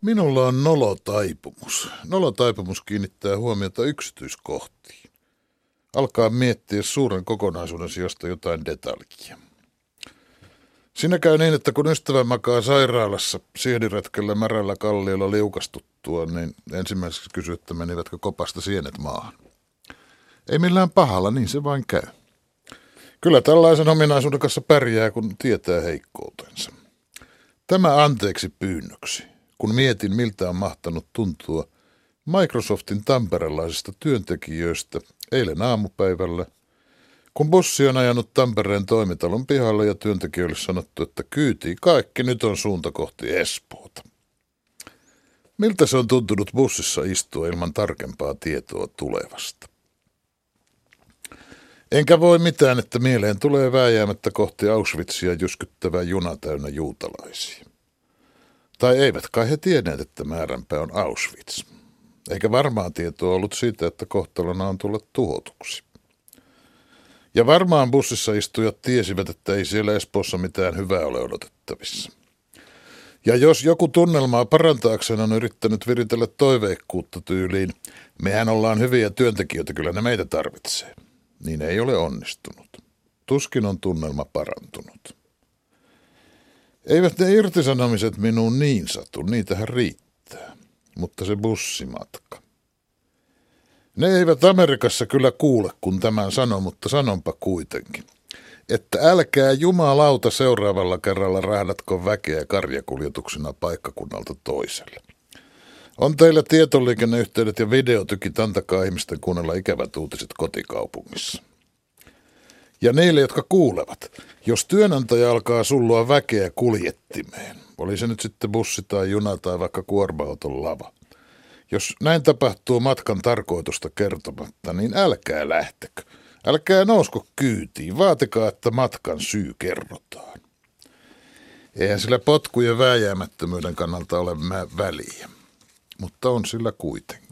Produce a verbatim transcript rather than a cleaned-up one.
Minulla on nolotaipumus. Nolotaipumus kiinnittää huomiota yksityiskohtiin. Alkaa miettiä suuren kokonaisuuden sijasta jotain detaljia. Siinä käy niin, että kun ystävä makaa sairaalassa siehdiretkellä märällä kalliolla liukastuttua, niin ensimmäiseksi kysyy, että menivätkö kopasta sienet maahan. Ei millään pahalla, niin se vain käy. Kyllä tällaisen ominaisuuden kanssa pärjää, kun tietää heikkoutensa. Tämä anteeksi pyynnöksi, kun mietin miltä on mahtanut tuntua Microsoftin tamperelaisista työntekijöistä eilen aamupäivällä, kun bussi on ajanut Tampereen toimitalon pihalle ja työntekijöille sanottu, että kyyti kaikki, nyt on suunta kohti Espoota. Miltä se on tuntunut bussissa istua ilman tarkempaa tietoa tulevasta? Enkä voi mitään, että mieleen tulee vääjäämättä kohti Auschwitzia jyskyttävä juna täynnä juutalaisia. Tai eivät kai he tienneet, että määränpää on Auschwitz. Eikä varmaan tietoa ollut siitä, että kohtalona on tulla tuhotuksi. Ja varmaan bussissa istujat tiesivät, että ei siellä Espoossa mitään hyvää ole odotettavissa. Ja jos joku tunnelmaa parantaakseen on yrittänyt viritellä toiveikkuutta tyyliin, mehän ollaan hyviä työntekijöitä, kyllä ne meitä tarvitsee, niin ei ole onnistunut. Tuskin on tunnelma parantunut. Eivät ne irtisanomiset minuun niin satu, niitähän riittää, mutta se bussimatka. Ne eivät Amerikassa kyllä kuule, kun tämän sanon, mutta sanonpa kuitenkin, että älkää jumalauta seuraavalla kerralla rahdatko väkeä karjakuljetuksena paikkakunnalta toiselle. On teillä tietoliikenneyhteydet ja videotykit, antakaa ihmisten kuunnella ikävät uutiset kotikaupungissa. Ja niille, jotka kuulevat, jos työnantaja alkaa sullua väkeä kuljettimeen, oli se nyt sitten bussi tai juna tai vaikka kuorma-auton lava. Jos näin tapahtuu matkan tarkoitusta kertomatta, niin älkää lähtekö. Älkää nousko kyytiin, vaatikaa, että matkan syy kerrotaan. Eihän sillä potkujen vääjäämättömyyden kannalta ole väliä, mutta on sillä kuitenkin.